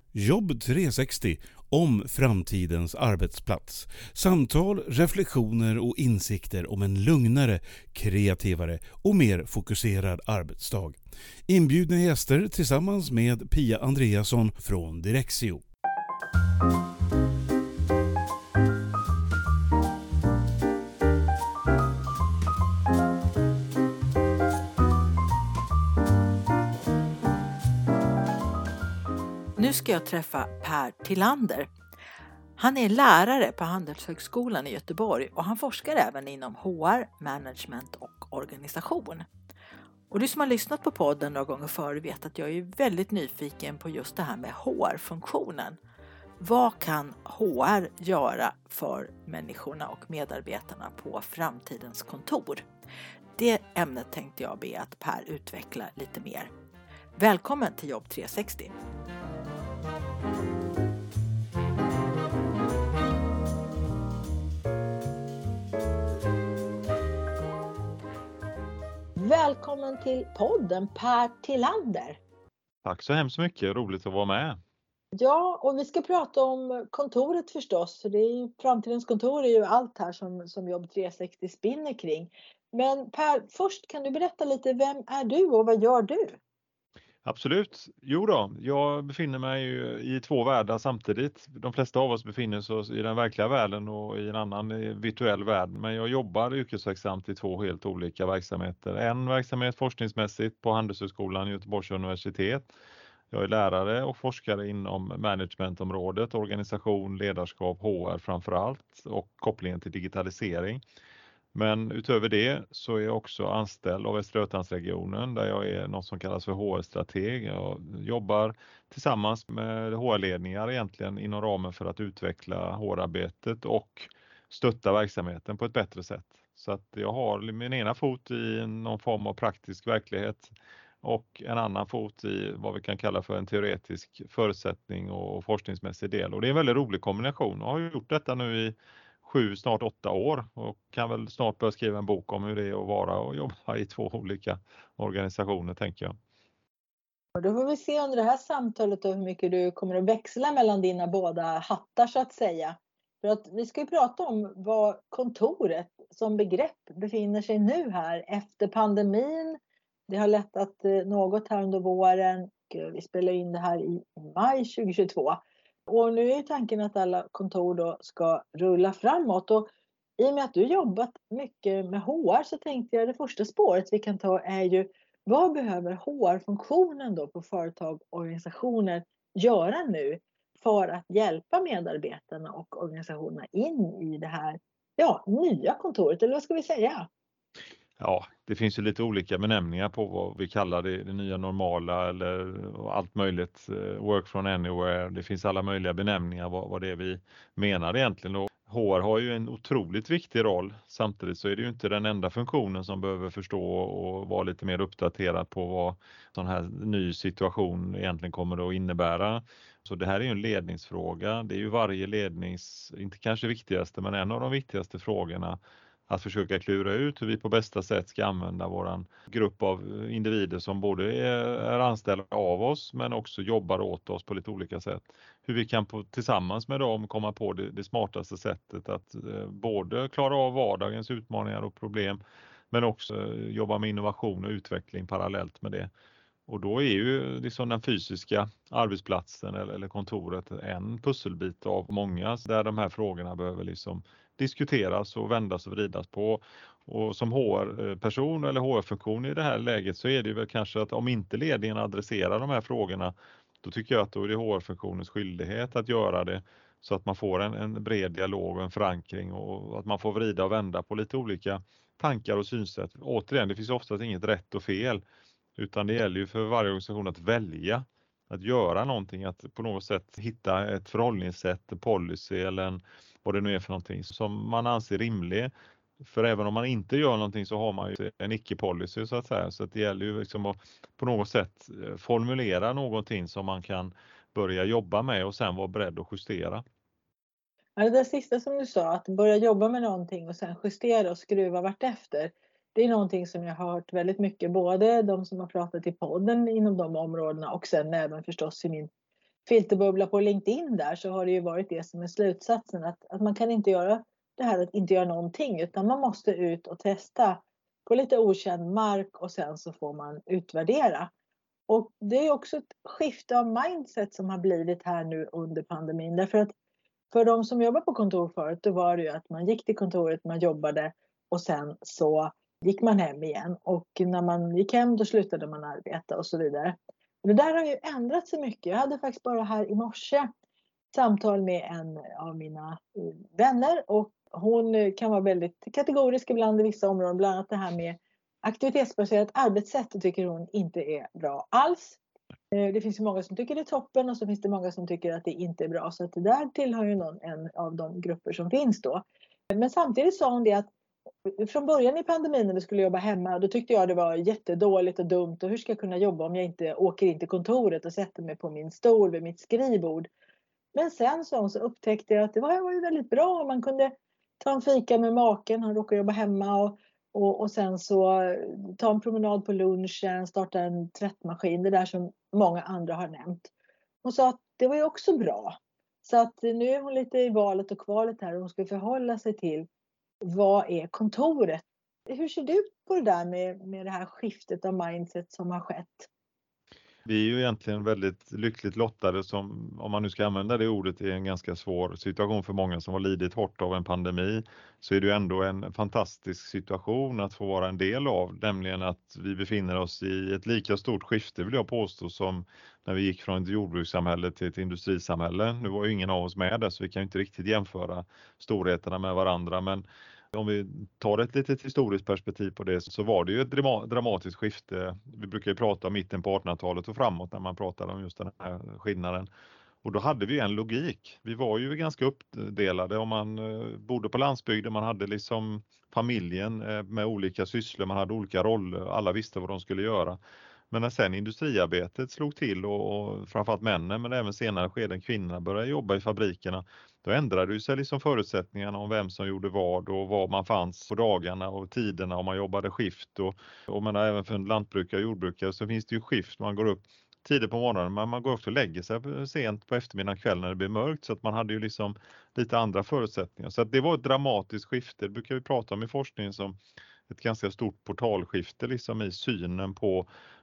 Jobb 360 om framtidens arbetsplats. Samtal, reflektioner och insikter om en lugnare, kreativare och mer fokuserad arbetsdag. Inbjudna gäster tillsammans med Pia Andreasson från Direxio. Nu ska jag träffa Per Tillander. Han är lärare på Handelshögskolan i Göteborg och han forskar även inom HR, management och organisation. Och du som har lyssnat på podden några gånger förr vet att jag är väldigt nyfiken på just det här med HR-funktionen. Vad kan HR göra för människorna och medarbetarna på framtidens kontor? Det ämnet tänkte jag be att Per utveckla lite mer. Välkommen till Jobb 360! Välkommen till podden Per Tillander. Tack så hemskt mycket, roligt att vara med. Ja, och vi ska prata om kontoret förstås. För det är ju, framtidens kontor är ju allt här som Jobb 360 spinner kring. Men Per, först kan du berätta lite, vem är du och vad gör du? Absolut. Jo då, jag befinner mig i två världar samtidigt. De flesta av oss befinner sig i den verkliga världen och i en annan virtuell värld. Men jag jobbar yrkesverksamt i två helt olika verksamheter. En verksamhet forskningsmässigt på Handelshögskolan i Göteborgs universitet. Jag är lärare och forskare inom managementområdet, organisation, ledarskap, HR framför allt och kopplingen till digitalisering. Men utöver det så är jag också anställd av Västra Götalandsregionen där jag är något som kallas för HR-strateg. Jag jobbar tillsammans med HR-ledningar egentligen inom ramen för att utveckla HR-arbetet och stötta verksamheten på ett bättre sätt. Så att jag har min ena fot i någon form av praktisk verklighet och en annan fot i vad vi kan kalla för en teoretisk förutsättning och forskningsmässig del. Och det är en väldigt rolig kombination. Jag har gjort detta nu i 7, snart 8 år och kan väl snart börja skriva en bok om hur det är att vara och jobba i två olika organisationer, tänker jag. Och då får vi se under det här samtalet hur mycket du kommer att växla mellan dina båda hattar så att säga. För att vi ska ju prata om vad kontoret som begrepp befinner sig nu här efter pandemin. Det har lättat något här under våren. Vi spelar in det här i maj 2022. Och nu är tanken att alla kontor då ska rulla framåt. Och i och med att du jobbat mycket med HR så tänkte jag det första spåret vi kan ta är ju vad behöver HR-funktionen då på företag och organisationer göra nu för att hjälpa medarbetarna och organisationerna in i det här nya kontoret, eller vad ska vi säga? Ja, det finns ju lite olika benämningar på vad vi kallar det nya normala eller allt möjligt, work from anywhere. Det finns alla möjliga benämningar vad det är vi menar egentligen. Och HR har ju en otroligt viktig roll. Samtidigt så är det ju inte den enda funktionen som behöver förstå och vara lite mer uppdaterad på vad sån här ny situation egentligen kommer att innebära. Så det här är ju en ledningsfråga. Det är ju varje inte kanske viktigaste, men en av de viktigaste frågorna att försöka klura ut hur vi på bästa sätt ska använda våran grupp av individer som både är anställda av oss men också jobbar åt oss på lite olika sätt. Hur vi kan tillsammans med dem komma på det smartaste sättet att både klara av vardagens utmaningar och problem men också jobba med innovation och utveckling parallellt med det. Och då är ju liksom den fysiska arbetsplatsen eller kontoret en pusselbit av många där de här frågorna behöver liksom diskuteras och vändas och vridas på. Och som HR-person eller HR-funktion i det här läget så är det väl kanske att om inte ledningen adresserar de här frågorna, då tycker jag att då är det HR-funktionens skyldighet att göra det så att man får en bred dialog och en förankring och att man får vrida och vända på lite olika tankar och synsätt. Återigen, det finns oftast inget rätt och fel. Utan det gäller ju för varje organisation att välja, att göra någonting, att på något sätt hitta ett förhållningssätt, en policy eller vad det nu är för någonting som man anser rimlig. För även om man inte gör någonting så har man ju en icke-policy så att säga. Så att det gäller ju liksom att på något sätt formulera någonting som man kan börja jobba med och sen vara beredd att justera. Ja, det där sista som du sa, att börja jobba med någonting och sen justera och skruva vartefter. Det är någonting som jag har hört väldigt mycket, både de som har pratat i podden inom de områdena och sen även förstås i min filterbubbla på LinkedIn där, så har det ju varit det som är slutsatsen. Att man kan inte göra det här att inte göra någonting, utan man måste ut och testa på lite okänd mark och sen så får man utvärdera. Och det är också ett skifte av mindset som har blivit här nu under pandemin. Därför att för de som jobbar på kontor förut, då var det ju att man gick till kontoret, man jobbade och sen så gick man hem igen. Och när man gick hem då slutade man arbeta och så vidare. Och det där har ju ändrat sig mycket. Jag hade faktiskt bara här i morse samtal med en av mina vänner, och hon kan vara väldigt kategorisk ibland i vissa områden. Bland annat det här med aktivitetsbaserat arbetssätt, och tycker hon inte är bra alls. Det finns ju många som tycker det är toppen, och så finns det många som tycker att det inte är bra. Så att det där tillhör ju en av de grupper som finns då. Men samtidigt sa hon det att från början i pandemin när vi skulle jobba hemma, då tyckte jag det var jättedåligt och dumt. Och hur ska jag kunna jobba om jag inte åker in till kontoret och sätter mig på min stol vid mitt skrivbord? Men sen så upptäckte jag att det var ju väldigt bra. Man kunde ta en fika med maken, han råkar jobba hemma, och sen så ta en promenad på lunchen, starta en tvättmaskin, det där som många andra har nämnt. Hon sa att det var ju också bra. Så att nu är hon lite i valet och kvalet här, och hon ska förhålla sig till vad är kontoret. Hur ser du på det där med det här skiftet av mindset som har skett? Vi är ju egentligen väldigt lyckligt lottade som, om man nu ska använda det ordet, i en ganska svår situation för många som har lidit hårt av en pandemi, så är det ju ändå en fantastisk situation att få vara en del av, nämligen att vi befinner oss i ett lika stort skifte, vill jag påstå, som när vi gick från ett jordbrukssamhälle till ett industrisamhälle. Nu var ju ingen av oss med där, så vi kan ju inte riktigt jämföra storheterna med varandra, men om vi tar ett litet historiskt perspektiv på det, så var det ju ett dramatiskt skifte. Vi brukar ju prata om mitten på 1800-talet och framåt när man pratar om just den här skillnaden. Och då hade vi en logik. Vi var ju ganska uppdelade. Om man bodde på landsbygden, man hade liksom familjen med olika sysslor, man hade olika roller, alla visste vad de skulle göra. Men när sen industriarbetet slog till och framförallt männen, men även senare skeden kvinnorna började jobba i fabrikerna, då ändrade ju sig liksom förutsättningarna om vem som gjorde vad och var man fanns på dagarna och tiderna, om man jobbade skift. Och man även för en lantbrukare och jordbrukare så finns det ju skift. Man går upp tidigt på morgonen, men man går också och lägger sig sent på eftermiddagen, kväll när det blir mörkt, så att man hade ju liksom lite andra förutsättningar. Så att det var ett dramatiskt skifte. Det brukar vi prata om i forskningen som ett ganska stort portalskifte liksom i synen på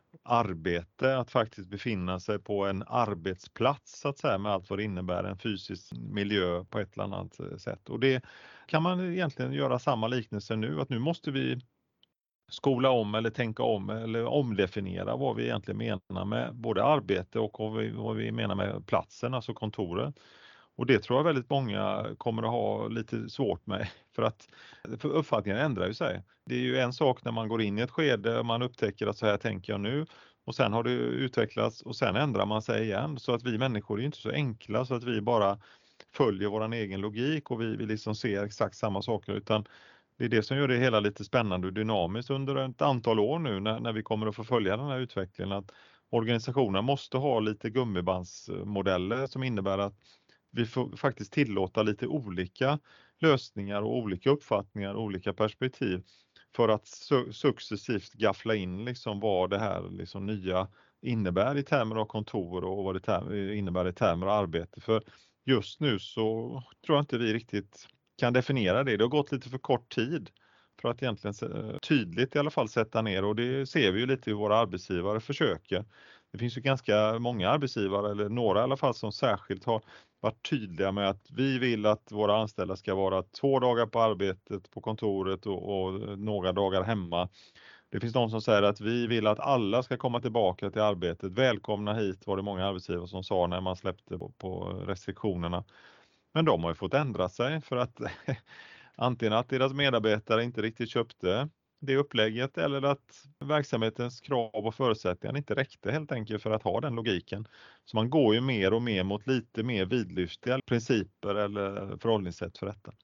arbete, att faktiskt befinna sig på en arbetsplats så att säga, med allt vad det innebär, en fysisk miljö på ett eller annat sätt. Och det kan man egentligen göra samma liknelse nu, att nu måste vi skola om eller tänka om eller omdefiniera vad vi egentligen menar med både arbete och vad vi menar med platsen, alltså kontoret. Och det tror jag väldigt många kommer att ha lite svårt med, för uppfattningen ändrar ju sig. Det är ju en sak när man går in i ett skede och man upptäcker att så här tänker jag nu, och sen har det utvecklats och sen ändrar man sig igen. Så att vi människor är inte så enkla så att vi bara följer våran egen logik och vi liksom ser exakt samma saker, utan det är det som gör det hela lite spännande och dynamiskt under ett antal år nu när vi kommer att få följa den här utvecklingen, att organisationer måste ha lite gummibandsmodeller som innebär att vi får faktiskt tillåta lite olika lösningar och olika uppfattningar och olika perspektiv för att successivt gaffla in liksom vad det här liksom nya innebär i termer av kontor och vad det innebär i termer av arbete. För just nu så tror jag inte vi riktigt kan definiera det. Det har gått lite för kort tid för att egentligen tydligt i alla fall sätta ner, och det ser vi ju lite hur våra arbetsgivare försöker. Det finns ju ganska många arbetsgivare, eller några i alla fall, som särskilt har varit tydliga med att vi vill att våra anställda ska vara 2 dagar på arbetet på kontoret och några dagar hemma. Det finns de som säger att vi vill att alla ska komma tillbaka till arbetet. Välkomna hit, var det många arbetsgivare som sa när man släppte på restriktionerna. Men de har ju fått ändra sig för att antingen att deras medarbetare inte riktigt köpte det upplägget, eller att verksamhetens krav och förutsättningar inte räckte helt enkelt för att ha den logiken. Så man går ju mer och mer mot lite mer vidlyftiga principer eller förhållningssätt för detta.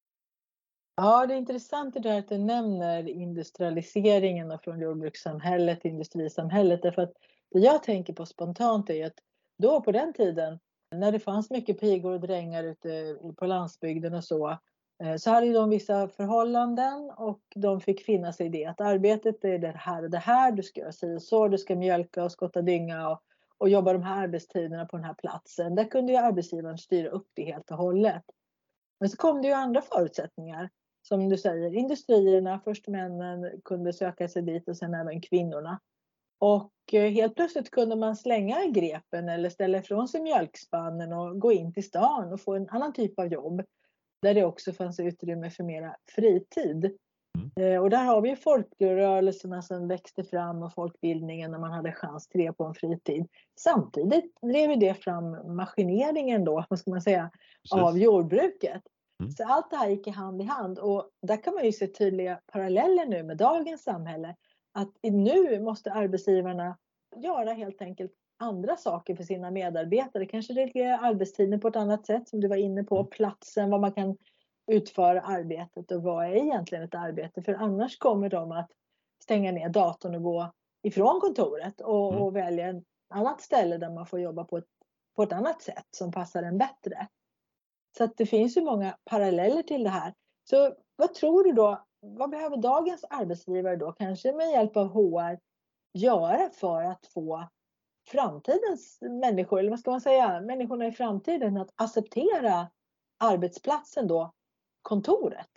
Ja, det är intressant det där att du nämner industrialiseringen från jordbrukssamhället till industrisamhället. Därför att det jag tänker på spontant är att då på den tiden, när det fanns mycket pigor och drängar ute på landsbygden och så hade de vissa förhållanden och de fick finna sig i det. Att arbetet är det här och det här, du ska göra si och så, du ska mjölka och skotta dynga och jobba de här arbetstiderna på den här platsen. Där kunde ju arbetsgivaren styra upp det helt och hållet. Men så kom det ju andra förutsättningar. Som du säger, industrierna, först männen kunde söka sig dit och sen även kvinnorna. Och helt plötsligt kunde man slänga grepen eller ställa ifrån sig mjölkspannen och gå in till stan och få en annan typ av jobb. Där det också fanns utrymme för mera fritid. Och där har vi folkrörelserna som växte fram och folkbildningen när man hade chans till det på en fritid. Samtidigt drev det fram maskineringen då, vad ska man säga, av jordbruket. Så allt det här gick i hand och där kan man ju se tydliga paralleller nu med dagens samhälle. Att nu måste arbetsgivarna göra helt enkelt andra saker för sina medarbetare. Kanske reglera arbetstiden på ett annat sätt som du var inne på. Platsen, vad man kan utföra arbetet och vad är egentligen ett arbete. För annars kommer de att stänga ner datorn och gå ifrån kontoret och välja ett annat ställe där man får jobba på ett annat sätt som passar en bättre. Så att det finns ju många paralleller till det här. Så vad tror du då? Vad behöver dagens arbetsgivare då, kanske med hjälp av HR, göra för att få framtidens människor, eller vad ska man säga, människorna i framtiden att acceptera arbetsplatsen då, kontoret?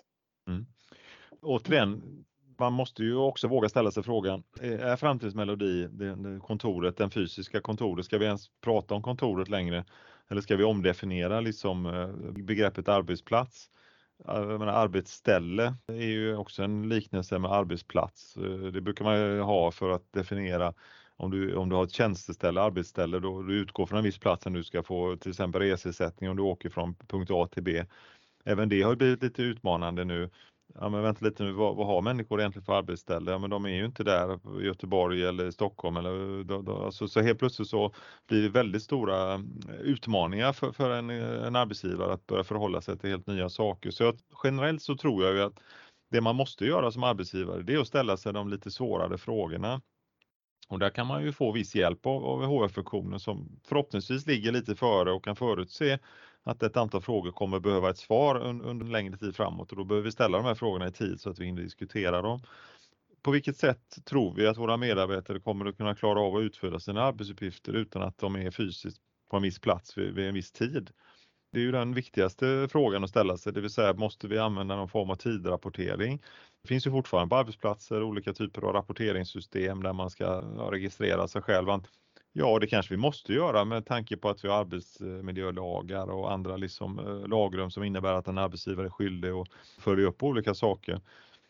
Återigen, man måste ju också våga ställa sig frågan, är framtidsmelodi kontoret, den fysiska kontoret, ska vi ens prata om kontoret längre? Eller ska vi omdefiniera liksom begreppet arbetsplats? Jag menar, arbetsställe är ju också en liknelse med arbetsplats. Det brukar man ju ha för att definiera om du har ett tjänsteställe, arbetsställe, då du utgår från en viss plats när du ska få till exempel reseersättning om du åker från punkt A till B. Även det har blivit lite utmanande nu. Ja, men vänta lite nu, vad har människor egentligen för arbetsställe? Ja, men de är ju inte där i Göteborg eller Stockholm. Alltså, så helt plötsligt så blir det väldigt stora utmaningar för en arbetsgivare att börja förhålla sig till helt nya saker. Så generellt så tror jag ju att det man måste göra som arbetsgivare, det är att ställa sig de lite svårare frågorna. Och där kan man ju få viss hjälp av HR-funktionen som förhoppningsvis ligger lite före och kan förutse att ett antal frågor kommer behöva ett svar under en längre tid framåt, och då behöver vi ställa de här frågorna i tid så att vi hinner diskutera dem. På vilket sätt tror vi att våra medarbetare kommer att kunna klara av att utföra sina arbetsuppgifter utan att de är fysiskt på en viss plats vid en viss tid? Det är ju den viktigaste frågan att ställa sig, det vill säga måste vi använda någon form av tidrapportering? Det finns ju fortfarande på arbetsplatser olika typer av rapporteringssystem där man ska registrera sig själv. Ja, det kanske vi måste göra med tanke på att vi har arbetsmiljölagar och andra liksom lagrum som innebär att en arbetsgivare är skyldig att följa upp olika saker.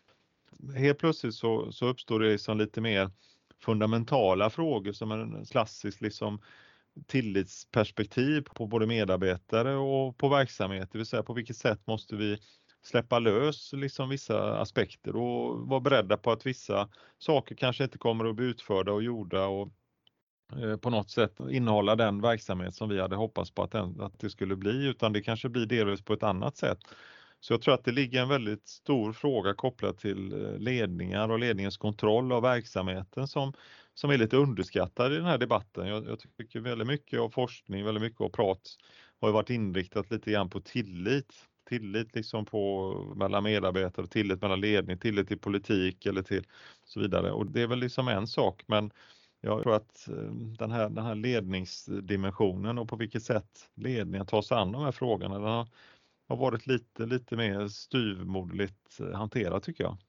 Helt plötsligt så uppstår det liksom lite mer fundamentala frågor som en klassisk liksom tillitsperspektiv på både medarbetare och på verksamhet. Det vill säga på vilket sätt måste vi släppa lös liksom vissa aspekter och vara beredda på att vissa saker kanske inte kommer att bli utförda och gjorda och på något sätt innehålla den verksamhet som vi hade hoppats på att det skulle bli, utan det kanske blir delvis på ett annat sätt. Så jag tror att det ligger en väldigt stor fråga kopplad till ledningar och ledningens kontroll av verksamheten som är lite underskattad i den här debatten. Jag tycker väldigt mycket av forskning, väldigt mycket av prat har ju varit inriktat lite grann på tillit. Tillit liksom mellan medarbetare, tillit mellan ledning, tillit till politik eller till så vidare. Och det är väl liksom en sak, men jag tror att den här ledningsdimensionen och på vilket sätt ledningen tar sig an de här frågorna, den har varit lite mer styvmoderligt hanterad, tycker jag.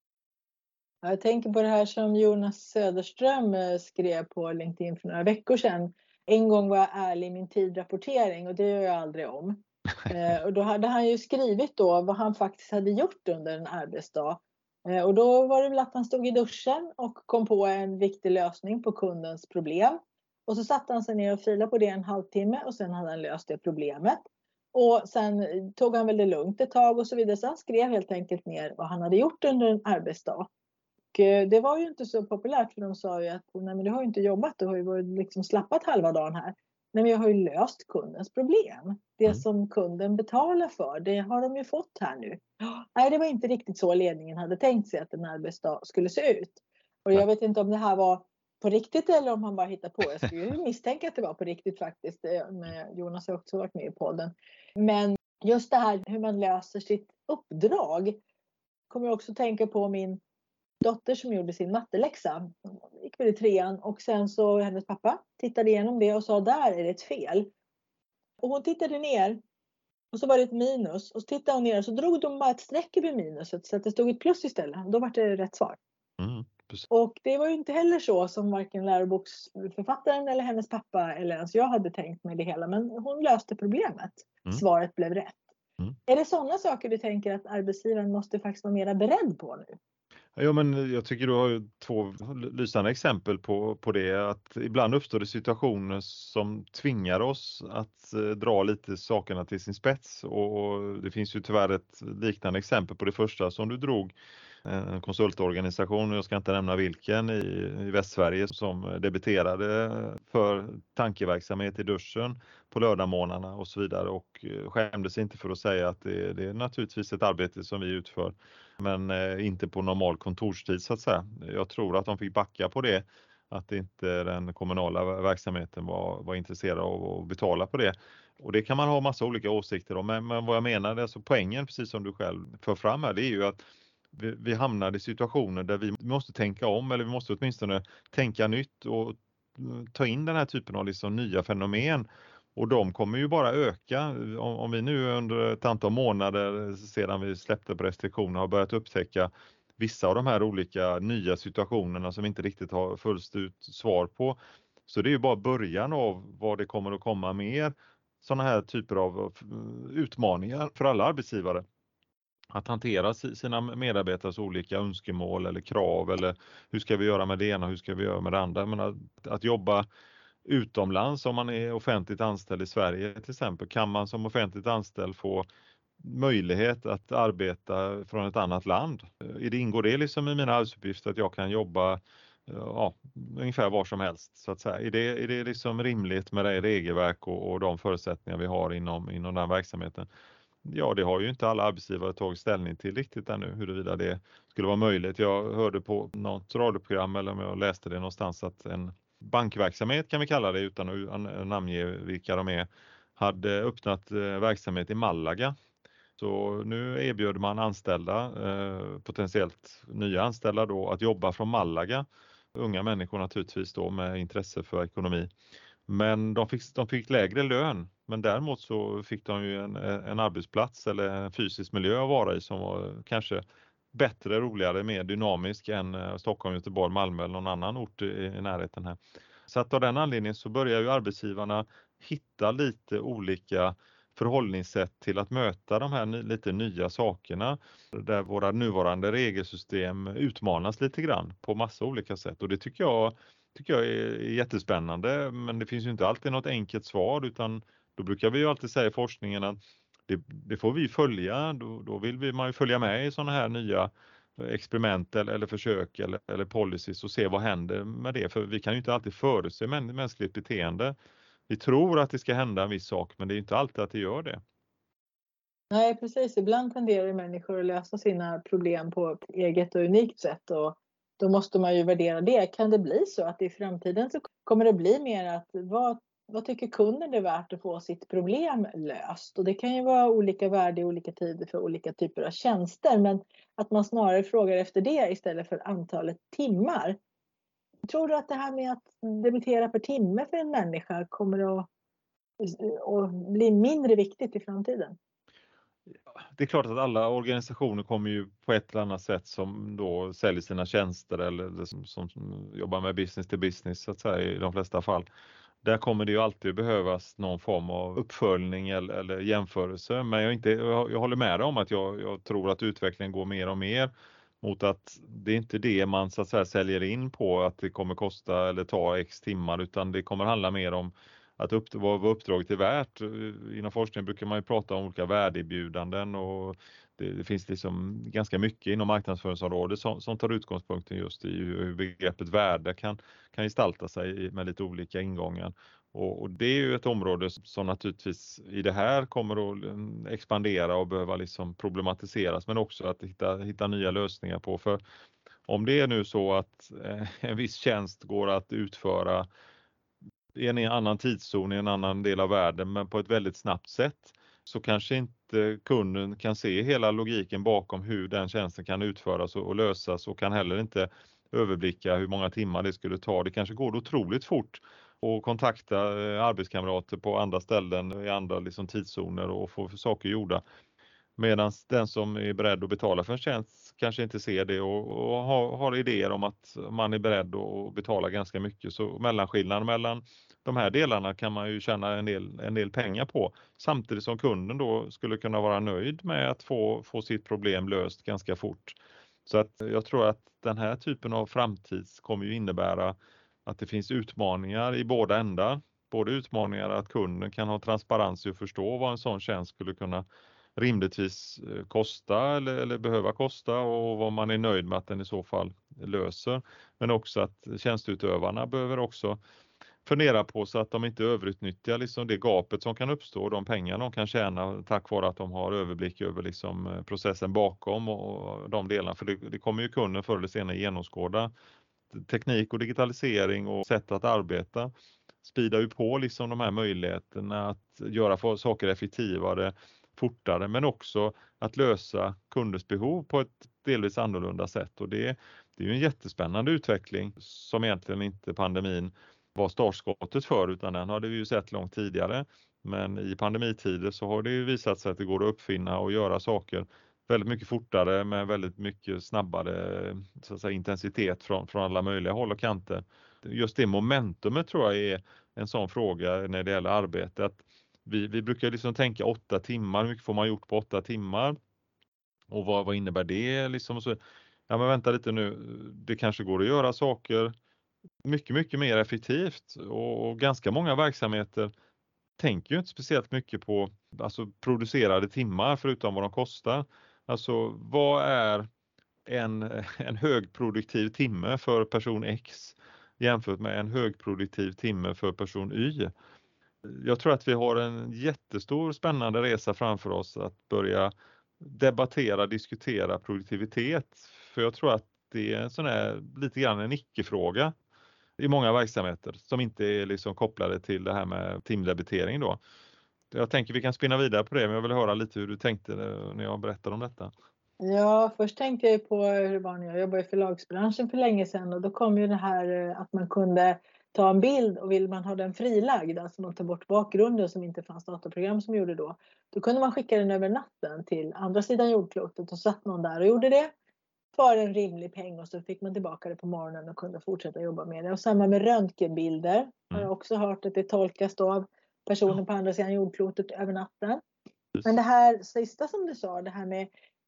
Jag tänker på det här som Jonas Söderström skrev på LinkedIn för några veckor sedan. En gång var jag ärlig i min tidrapportering och det gör jag aldrig om. Och då hade han ju skrivit då vad han faktiskt hade gjort under en arbetsdag. Och då var det väl att han stod i duschen och kom på en viktig lösning på kundens problem. Och så satte han sig ner och filade på det en halvtimme och sen hade han löst det problemet. Och sen tog han väl det lugnt ett tag och så vidare. Så han skrev helt enkelt ner vad han hade gjort under en arbetsdag. Och det var ju inte så populärt, för de sa ju att nej, men du har ju inte jobbat, du har ju varit liksom slappat halva dagen här. Nej, men jag har ju löst kundens problem. Det som kunden betalar för, det har de ju fått här nu. Nej, det var inte riktigt så ledningen hade tänkt sig att en arbetsdag skulle se ut. Och jag vet inte om det här var på riktigt eller om han bara hittar på. Jag skulle ju misstänka att det var på riktigt faktiskt. Jonas har också varit med i podden. Men just det här hur man löser sitt uppdrag kommer jag också tänka på min dotter som gjorde sin matteläxa. Hon gick väl i 3:an och sen så hennes pappa tittade igenom det och sa där är det ett fel. Och hon tittade ner och så var det ett minus och så tittade hon ner och så drog de bara ett streck över minuset så att det stod ett plus istället. Och då var det rätt svar. Och det var ju inte heller så som varken läroboksförfattaren eller hennes pappa eller ens jag hade tänkt med det hela. Men hon löste problemet. Svaret blev rätt. Är det sådana saker du tänker att arbetsgivaren måste faktiskt vara mer beredd på nu? Ja, men jag tycker du har ju 2 lysande exempel på det. Att ibland uppstår det situationer som tvingar oss att dra lite sakerna till sin spets. Och det finns ju tyvärr ett liknande exempel på det första som du drog. En konsultorganisation, jag ska inte nämna vilken, i Västsverige som debiterade för tankeverksamhet i duschen på lördagmorgnarna och så vidare och skämdes inte för att säga att det är naturligtvis ett arbete som vi utför men inte på normal kontorstid så att säga. Jag tror att de fick backa på det, att inte den kommunala verksamheten var intresserad av att betala på det. Och det kan man ha massa olika åsikter om, men vad jag menar, alltså poängen precis som du själv för fram här, det är ju att vi hamnar i situationer där vi måste tänka om eller vi måste åtminstone tänka nytt och ta in den här typen av liksom nya fenomen. Och de kommer ju bara öka. Om vi nu under ett antal månader sedan vi släppte på restriktioner har börjat upptäcka vissa av de här olika nya situationerna som vi inte riktigt har fullständigt svar på. Så det är ju bara början av vad det kommer att komma mer sådana här typer av utmaningar för alla arbetsgivare. Att hantera sina medarbetares olika önskemål eller krav eller hur ska vi göra med det ena, hur ska vi göra med det andra. Men att jobba utomlands om man är offentligt anställd i Sverige till exempel, kan man som offentligt anställd få möjlighet att arbeta från ett annat land. Ingår det liksom i mina arbetsuppgifter att jag kan jobba ungefär var som helst så att säga. Är det liksom rimligt med det regelverk och de förutsättningar vi har inom den verksamheten? Ja, det har ju inte alla arbetsgivare tagit ställning till riktigt ännu, huruvida det skulle vara möjligt. Jag hörde på något radioprogram eller om jag läste det någonstans att en bankverksamhet kan vi kalla det utan att namnge vilka de är, hade öppnat verksamhet i Malaga. Så nu erbjöd man anställda, potentiellt nya anställda då, att jobba från Malaga. Unga människor naturligtvis då med intresse för ekonomi. Men de fick lägre lön, men däremot så fick de ju en arbetsplats eller en fysisk miljö att vara i som var kanske bättre, roligare, mer dynamisk än Stockholm, Göteborg, Malmö eller någon annan ort i närheten här. Så att av den anledningen så börjar ju arbetsgivarna hitta lite olika förhållningssätt till att möta de här lite nya sakerna där våra nuvarande regelsystem utmanas lite grann på massa olika sätt och det tycker jag är jättespännande, men det finns ju inte alltid något enkelt svar utan då brukar vi ju alltid säga i forskningen att det får vi följa, då vill man ju följa med i sådana här nya experiment eller försök eller policies och se vad händer med det, för vi kan ju inte alltid förutse mänskligt beteende. Vi tror att det ska hända en viss sak, men det är inte alltid att det gör det. Nej, precis. Ibland tenderar människor att lösa sina problem på ett eget och unikt sätt och då måste man ju värdera det. Kan det bli så att i framtiden så kommer det bli mer att vad tycker kunden det är värt att få sitt problem löst? Och det kan ju vara olika värde i olika tider för olika typer av tjänster, men att man snarare frågar efter det istället för antalet timmar. Tror du att det här med att debitera per timme för en människa kommer att bli mindre viktigt i framtiden? Det är klart att alla organisationer kommer ju på ett eller annat sätt som då säljer sina tjänster eller som jobbar med business to business så att säga i de flesta fall. Där kommer det ju alltid behövas någon form av uppföljning eller jämförelse. Men jag håller med dig om att jag tror att utvecklingen går mer och mer mot att det är inte det man så att säga säljer in på att det kommer kosta eller ta x timmar utan det kommer handla mer om att vad uppdraget är värt. Inom forskning brukar man ju prata om olika värdeerbjudanden och det finns liksom ganska mycket inom marknadsföringsområdet som tar utgångspunkten just i hur begreppet värde kan gestalta sig med lite olika ingångar. Och det är ju ett område som naturligtvis i det här kommer att expandera och behöva liksom problematiseras men också att hitta nya lösningar på. För om det är nu så att en viss tjänst går att utföra i en annan tidszon, i en annan del av världen men på ett väldigt snabbt sätt så kanske inte kunden kan se hela logiken bakom hur den tjänsten kan utföras och lösas, och kan heller inte överblicka hur många timmar det skulle ta. Det kanske går otroligt fort och kontakta arbetskamrater på andra ställen i andra liksom tidszoner och få saker gjorda. Medan den som är beredd att betala för en tjänst kanske inte ser det och har idéer om att man är beredd att betala ganska mycket. Så mellanskillnaden mellan de här delarna kan man ju tjäna en del pengar på. Samtidigt som kunden då skulle kunna vara nöjd med att få sitt problem löst ganska fort. Så att jag tror att den här typen av framtid kommer ju innebära att det finns utmaningar i båda ändar. Både utmaningar att kunden kan ha transparens och förstå vad en sån tjänst skulle kunna rimligtvis kosta eller behöva kosta, och vad man är nöjd med att den i så fall löser. Men också att tjänsteutövarna behöver också fundera på så att de inte överutnyttjar liksom det gapet som kan uppstå och de pengar de kan tjäna tack vare att de har överblick över liksom processen bakom och de delarna. För det kommer ju kunden förr eller senare genomskåda. Teknik och digitalisering och sätt att arbeta speedar ju på liksom de här möjligheterna att göra saker effektivare, fortare, men också att lösa kunders behov på ett delvis annorlunda sätt. Och det är ju en jättespännande utveckling som egentligen inte pandemin var startskottet för, utan den hade vi ju sett långt tidigare. Men i pandemitider så har det ju visat sig att det går att uppfinna och göra saker väldigt mycket fortare med väldigt mycket snabbare så att säga, intensitet från alla möjliga håll och kanter. Just det momentumet tror jag är en sån fråga när det gäller arbete. Att vi brukar liksom tänka 8 timmar, hur mycket får man gjort på 8 timmar? Och vad innebär det? Liksom så, ja men vänta lite nu, det kanske går att göra saker mycket mer effektivt, och ganska många verksamheter tänker ju inte speciellt mycket på alltså producerade timmar förutom vad de kostar. Alltså vad är en högproduktiv timme för person X jämfört med en högproduktiv timme för person Y? Jag tror att vi har en jättestor spännande resa framför oss att börja debattera, diskutera produktivitet. För jag tror att det är en sån här lite grann en icke-fråga i många verksamheter som inte är liksom kopplade till det här med timdebitering då. Jag tänker vi kan spinna vidare på det, men jag vill höra lite hur du tänkte när jag berättade om detta. Ja, först tänkte jag på hur det var när jag jobbade i förlagsbranschen för länge sedan, och då kom ju det här att man kunde ta en bild och vill man ha den frilagd, alltså man tar bort bakgrunden som inte fanns dataprogram som gjorde då kunde man skicka den över natten till andra sidan jordklotet och satt någon där och gjorde det för en rimlig peng, och så fick man tillbaka det på morgonen och kunde fortsätta jobba med det. Och samma med röntgenbilder har jag också hört att det tolkas då av personen på andra sidan jordklotet över natten. Men det här sista som du sa, det här med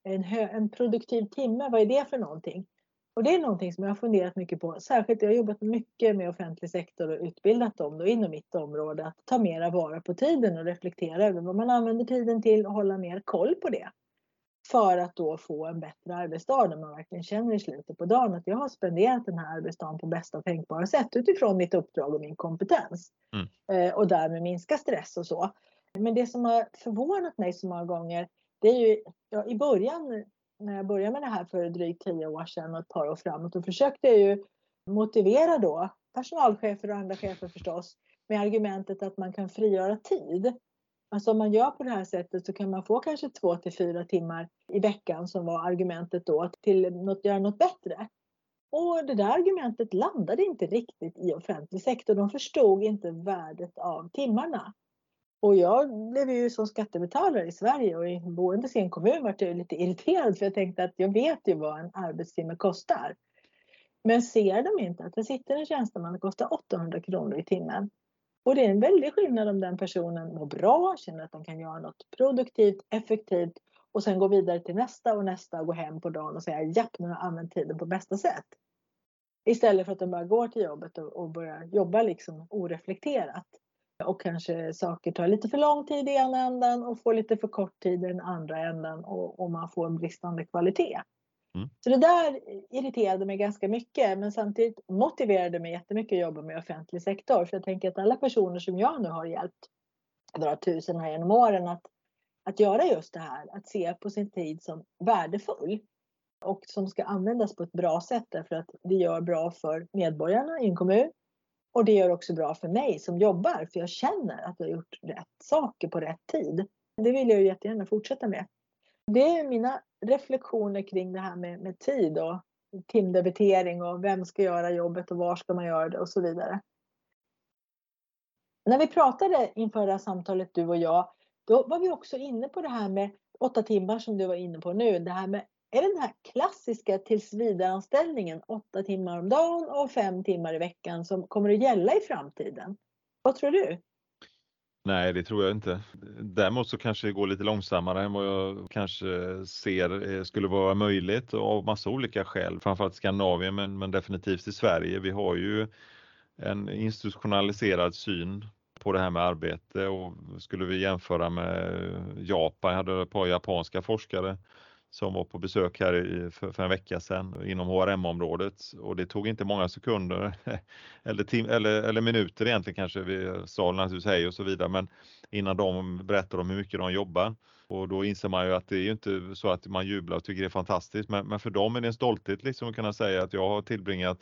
en produktiv timme, vad är det för någonting? Och det är någonting som jag har funderat mycket på. Särskilt jag har jobbat mycket med offentlig sektor och utbildat dem då inom mitt område att ta mera vara på tiden och reflektera över vad man använder tiden till och hålla mer koll på det. För att då få en bättre arbetsdag där man verkligen känner i slutet på dagen att jag har spenderat den här arbetsdagen på bästa tänkbara sätt utifrån mitt uppdrag och min kompetens. Och därmed minska stress och så. Men det som har förvånat mig så många gånger, det är ju i början, när jag började med det här för drygt 10 år sedan och ett par år framåt, och försökte jag ju motivera då personalchefer och andra chefer förstås med argumentet att man kan frigöra tid. Alltså om man gör på det här sättet så kan man få kanske 2 till 4 timmar i veckan som var argumentet då till att göra något bättre. Och det där argumentet landade inte riktigt i offentlig sektor. De förstod inte värdet av timmarna. Och jag blev ju som skattebetalare i Sverige och i boendes i en kommun var jag lite irriterad, för jag tänkte att jag vet ju vad en arbetstimme kostar. Men ser de inte att det sitter en tjänsteman och kostar 800 kronor i timmen? Och det är en väldig skillnad om den personen mår bra, känner att de kan göra något produktivt, effektivt och sen gå vidare till nästa och gå hem på dagen och säga japp, nu har jag använt tiden på bästa sätt. Istället för att de bara går till jobbet och börjar jobba liksom oreflekterat. Och kanske saker tar lite för lång tid i ena ändan och får lite för kort tid i den andra ändan och man får en bristande kvalitet. Så det där irriterade mig ganska mycket, men samtidigt motiverade mig jättemycket att jobba med offentlig sektor. För jag tänker att alla personer som jag nu har hjälpt, några tusen här genom åren, att göra just det här, att se på sin tid som värdefull och som ska användas på ett bra sätt, därför att det gör bra för medborgarna i en kommun. Och det gör också bra för mig som jobbar, för jag känner att jag har gjort rätt saker på rätt tid. Det vill jag ju jättegärna fortsätta med. Det är mina reflektioner kring det här med tid och timdebitering och vem ska göra jobbet och var ska man göra det och så vidare. När vi pratade inför det här samtalet du och jag, då var vi också inne på det här med 8 timmar som du var inne på nu. Det här med, är det den här klassiska tillsvidareanställningen 8 timmar om dagen och 5 timmar i veckan som kommer att gälla i framtiden? Vad tror du? Nej, det tror jag inte. Däremot så kanske det går lite långsammare än vad jag kanske ser skulle vara möjligt av massa olika skäl. Framförallt Skandinavien men definitivt i Sverige. Vi har ju en institutionaliserad syn på det här med arbete, och skulle vi jämföra med Japan, jag hade ett par japanska forskare som var på besök här för en vecka sedan inom HRM-området, och det tog inte många sekunder eller minuter egentligen, kanske vi sa naturligtvis hej och så vidare, men innan de berättar om hur mycket de jobbar. Och då inser man ju att det är ju inte så att man jublar och tycker det är fantastiskt, men för dem är det en stolthet liksom att kunna säga att jag har tillbringat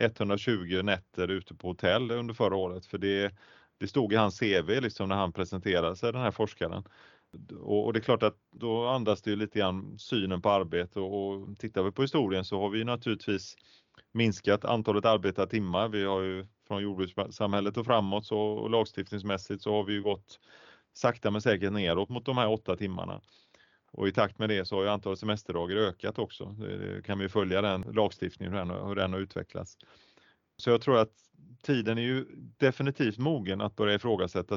120 nätter ute på hotell under förra året, för det stod i hans CV liksom när han presenterade sig, den här forskaren. Och det är klart att då andas det ju lite grann synen på arbete, och tittar vi på historien så har vi naturligtvis minskat antalet arbetade timmar. Vi har ju från jordbrukssamhället och framåt, så lagstiftningsmässigt så har vi ju gått sakta men säkert neråt mot de här 8 timmarna. Och i takt med det så har ju antalet semesterdagar ökat också. Det kan vi följa den lagstiftningen, hur den har utvecklats. Så jag tror att tiden är ju definitivt mogen att börja ifrågasätta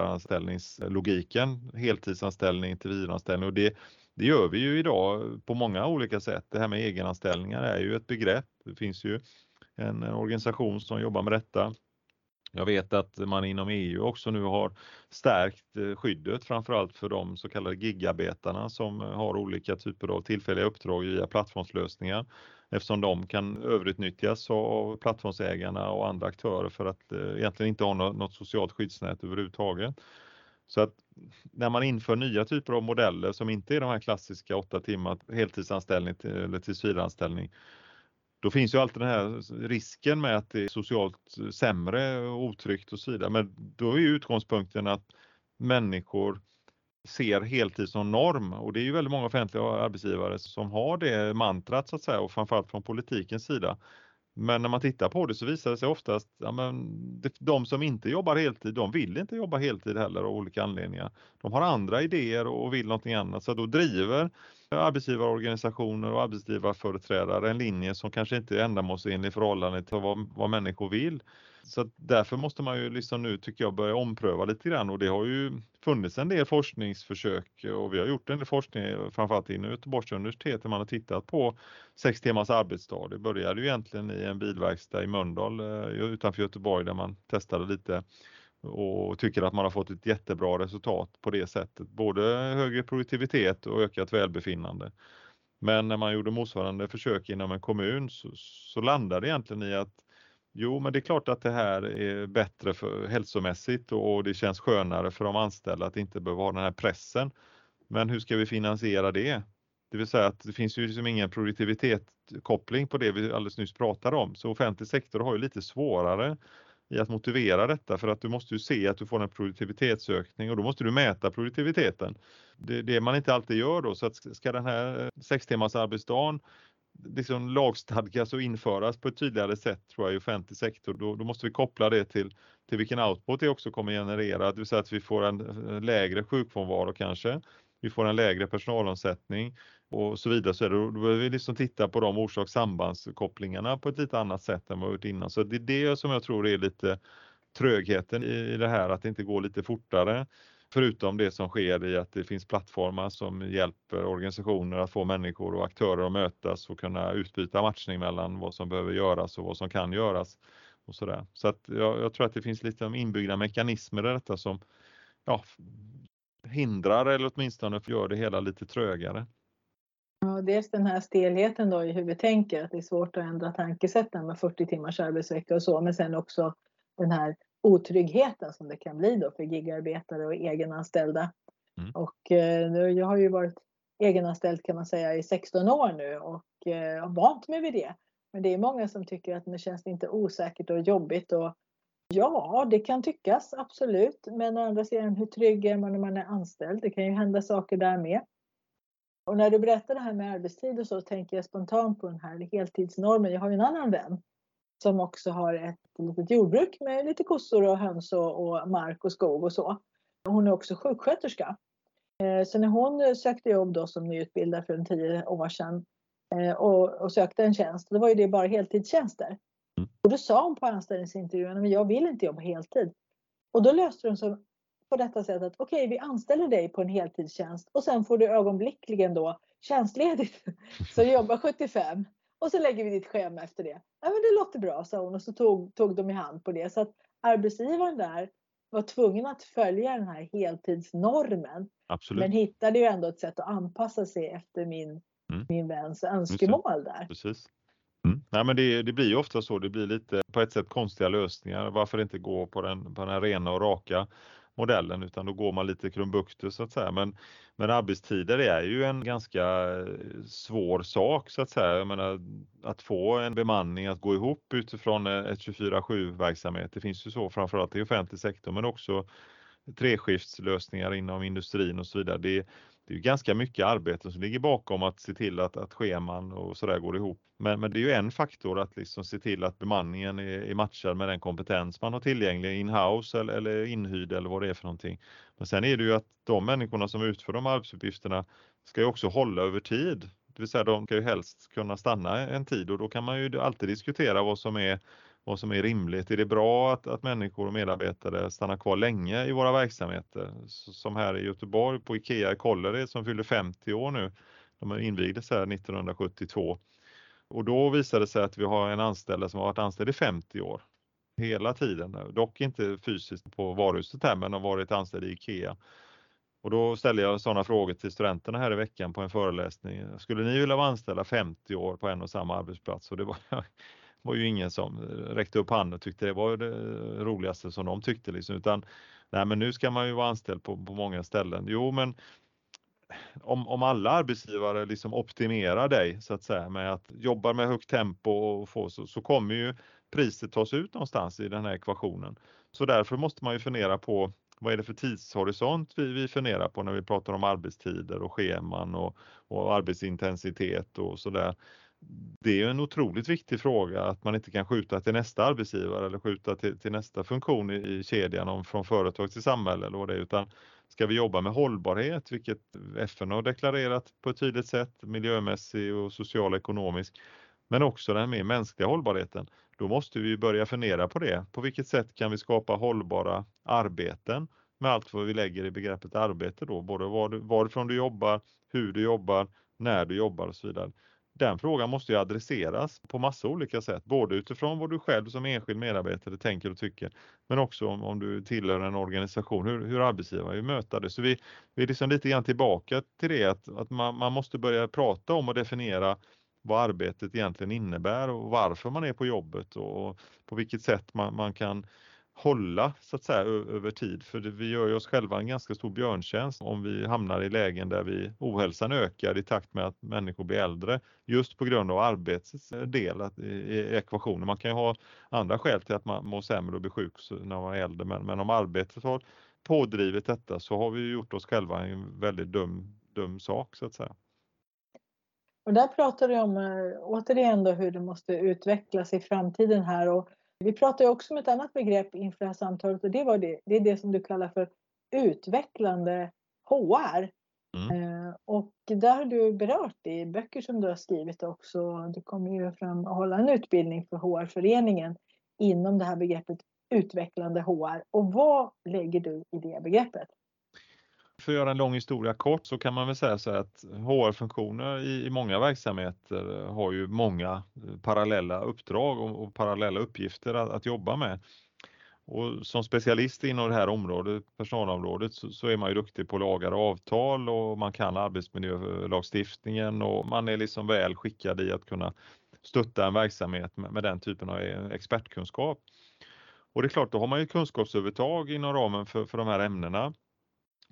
tillsvidareanställningslogiken, heltidsanställning, tillsvidareanställning, och det gör vi ju idag på många olika sätt. Det här med egenanställningar är ju ett begrepp. Det finns ju en organisation som jobbar med detta. Jag vet att man inom EU också nu har stärkt skyddet, framförallt för de så kallade gigarbetarna som har olika typer av tillfälliga uppdrag via plattformslösningar, eftersom de kan överutnyttjas av plattformsägarna och andra aktörer för att egentligen inte ha något socialt skyddsnät överhuvudtaget. Så att när man inför nya typer av modeller som inte är de här klassiska 8 timmar heltidsanställning eller tillsvidareanställning, då finns ju alltid den här risken med att det är socialt sämre och otryggt och så vidare. Men då är ju utgångspunkten att människor ser heltid som norm, och det är ju väldigt många offentliga arbetsgivare som har det mantrat så att säga, och framförallt från politikens sida. Men när man tittar på det så visar det sig oftast att de som inte jobbar heltid, de vill inte jobba heltid heller av olika anledningar. De har andra idéer och vill någonting annat, så då driver arbetsgivarorganisationer och arbetsgivarföreträdare en linje som kanske inte är ändamålsenlig i förhållande till vad människor vill. Så därför måste man ju liksom nu, tycker jag, börja ompröva lite grann, och det har ju funnits en del forskningsförsök, och vi har gjort en del forskning framförallt inom Göteborgs universitet där man har tittat på 6 timmars arbetsdag. Det började ju egentligen i en bilverkstad i Mölndal utanför Göteborg, där man testade lite och tycker att man har fått ett jättebra resultat på det sättet. Både högre produktivitet och ökat välbefinnande. Men när man gjorde motsvarande försök inom en kommun så landade det egentligen i att jo, men det är klart att det här är bättre för hälsomässigt, och det känns skönare för de anställda att inte behöva ha den här pressen. Men hur ska vi finansiera det? Det vill säga att det finns ju liksom ingen produktivitetskoppling på det vi alldeles nyss pratade om. Så offentlig sektor har ju lite svårare i att motivera detta, för att du måste ju se att du får en produktivitetsökning, och då måste du mäta produktiviteten. Det man inte alltid gör då, så att ska den här 6 timmars arbetsdagen liksom lagstadgas och införas på ett tydligare sätt, tror jag, i offentlig sektor, då måste vi koppla det till vilken output det också kommer generera. Det vill säga att vi får en lägre sjukfrånvaro kanske, vi får en lägre personalomsättning och så vidare. Så då behöver vi liksom titta på de orsaks-sambandskopplingarna på ett lite annat sätt än vad vi gjort innan. Så det är det som jag tror är lite trögheten i det här, att det inte går lite fortare. Förutom det som sker i att det finns plattformar som hjälper organisationer att få människor och aktörer att mötas och kunna utbyta matchning mellan vad som behöver göras och vad som kan göras. Och så där. Så att jag tror att det finns lite inbyggda mekanismer i detta som hindrar, eller åtminstone gör det hela lite trögare. Ja, dels den här stelheten då i hur vi tänker, att det är svårt att ändra tankesätten med 40 timmars arbetsvecka och så, men sen också den här otryggheten som det kan bli då för gigarbetare och egenanställda. Och jag har ju varit egenanställd, kan man säga, i 16 år nu och har vant mig vid det. Men det är många som tycker att det känns inte osäkert och jobbigt, och Ja, det kan tyckas, absolut. Men å andra sidan, hur trygg är man när man är anställd? Det kan ju hända saker där med. Och när du berättar det här med arbetstid och så tänker jag spontant på den här heltidsnormen. Jag har ju en annan vän som också har ett litet jordbruk med lite kossor och höns och mark och skog och så. Hon är också sjuksköterska. Så när hon sökte jobb då som nyutbildad för 10 år sedan och sökte en tjänst, då var ju det bara heltidstjänster. Och då sa hon på anställningsintervjun, men jag vill inte jobba heltid. Och då löste de så på detta sätt att okej, vi anställer dig på en heltidstjänst och sen får du ögonblickligen då tjänstledigt. Så jobba 75 och så lägger vi ditt schema efter det. Ja, men det låter bra, sa hon, och så tog de i hand på det. Så att arbetsgivaren där var tvungen att följa den här heltidsnormen. Absolut. Men hittade ju ändå ett sätt att anpassa sig efter min väns önskemål där. Precis. Nej, men det blir ju ofta så. Det blir lite på ett sätt konstiga lösningar. Varför inte gå på den rena och raka modellen, utan då går man lite krumbukter så att säga. Men arbetstider är ju en ganska svår sak så att säga. Jag menar, att få en bemanning att gå ihop utifrån ett 24/7-verksamhet. Det finns ju så framförallt i offentlig sektor, men också treskiftslösningar inom industrin och så vidare. Det är ju ganska mycket arbete som ligger bakom att se till att scheman och sådär går ihop. Men det är ju en faktor att liksom se till att bemanningen är matchad med den kompetens man har tillgänglig in-house eller inhyrd eller vad det är för någonting. Men sen är det ju att de människorna som utför de arbetsuppgifterna ska ju också hålla över tid. Det vill säga de kan ju helst kunna stanna en tid, och då kan man ju alltid diskutera vad som är rimligt. Är det bra att människor och medarbetare stannar kvar länge i våra verksamheter? Som här i Göteborg på IKEA i Kållered som fyller 50 år nu. De invigdes här 1972. Och då visade det sig att vi har en anställd som har varit anställd i 50 år. Hela tiden. Dock inte fysiskt på varuhuset här, men har varit anställd i IKEA. Och då ställde jag sådana frågor till studenterna här i veckan på en föreläsning. Skulle ni vilja vara anställda 50 år på en och samma arbetsplats? Och det var ju ingen som räckte upp handen och tyckte det var det roligaste som de tyckte. Liksom. Utan nej, men nu ska man ju vara anställd på många ställen. Jo, men om alla arbetsgivare liksom optimerar dig så att säga med att jobba med högt tempo och få så kommer ju priset tas ut någonstans i den här ekvationen. Så därför måste man ju fundera på vad är det för tidshorisont vi funderar på när vi pratar om arbetstider och scheman och arbetsintensitet och sådär. Det är ju en otroligt viktig fråga att man inte kan skjuta till nästa arbetsgivare eller skjuta till nästa funktion i kedjan från företag till samhälle eller vad det är, utan ska vi jobba med hållbarhet, vilket FN har deklarerat på ett tydligt sätt, miljömässig och social och ekonomisk, men också den mer mänskliga hållbarheten, då måste vi börja fundera på det. På vilket sätt kan vi skapa hållbara arbeten med allt vad vi lägger i begreppet arbete då, både varifrån du jobbar, hur du jobbar, när du jobbar och så vidare. Den frågan måste ju adresseras på massa olika sätt, både utifrån vad du själv som enskild medarbetare tänker och tycker, men också om du tillhör en organisation, hur arbetsgivare vill möta det. Så vi är liksom lite grann tillbaka till det att man måste börja prata om och definiera vad arbetet egentligen innebär och varför man är på jobbet och på vilket sätt man kan hålla så att säga över tid, för vi gör ju oss själva en ganska stor björntjänst om vi hamnar i lägen där ohälsan ökar i takt med att människor blir äldre, just på grund av arbetets del i ekvationen. Man kan ju ha andra skäl till att man mår sämre och blir sjuk när man är äldre, men om arbetet har pådrivit detta så har vi gjort oss själva en väldigt dum sak så att säga. Och där pratar du om återigen då hur det måste utvecklas i framtiden här, och vi pratar ju också om ett annat begrepp inför det här samtalet, och det är det som du kallar för utvecklande HR. Och där har du berört i böcker som du har skrivit också. Du kommer ju fram och hålla en utbildning för HR-föreningen inom det här begreppet utvecklande HR. Och vad lägger du i det begreppet? För att göra en lång historia kort så kan man väl säga så att HR-funktioner i många verksamheter har ju många parallella uppdrag och parallella uppgifter att jobba med. Och som specialist inom det här området, personalområdet, så är man ju duktig på lagar och avtal och man kan arbetsmiljölagstiftningen och man är liksom väl skickad i att kunna stötta en verksamhet med den typen av expertkunskap. Och det är klart, då har man ju kunskapsövertag inom ramen för de här ämnena.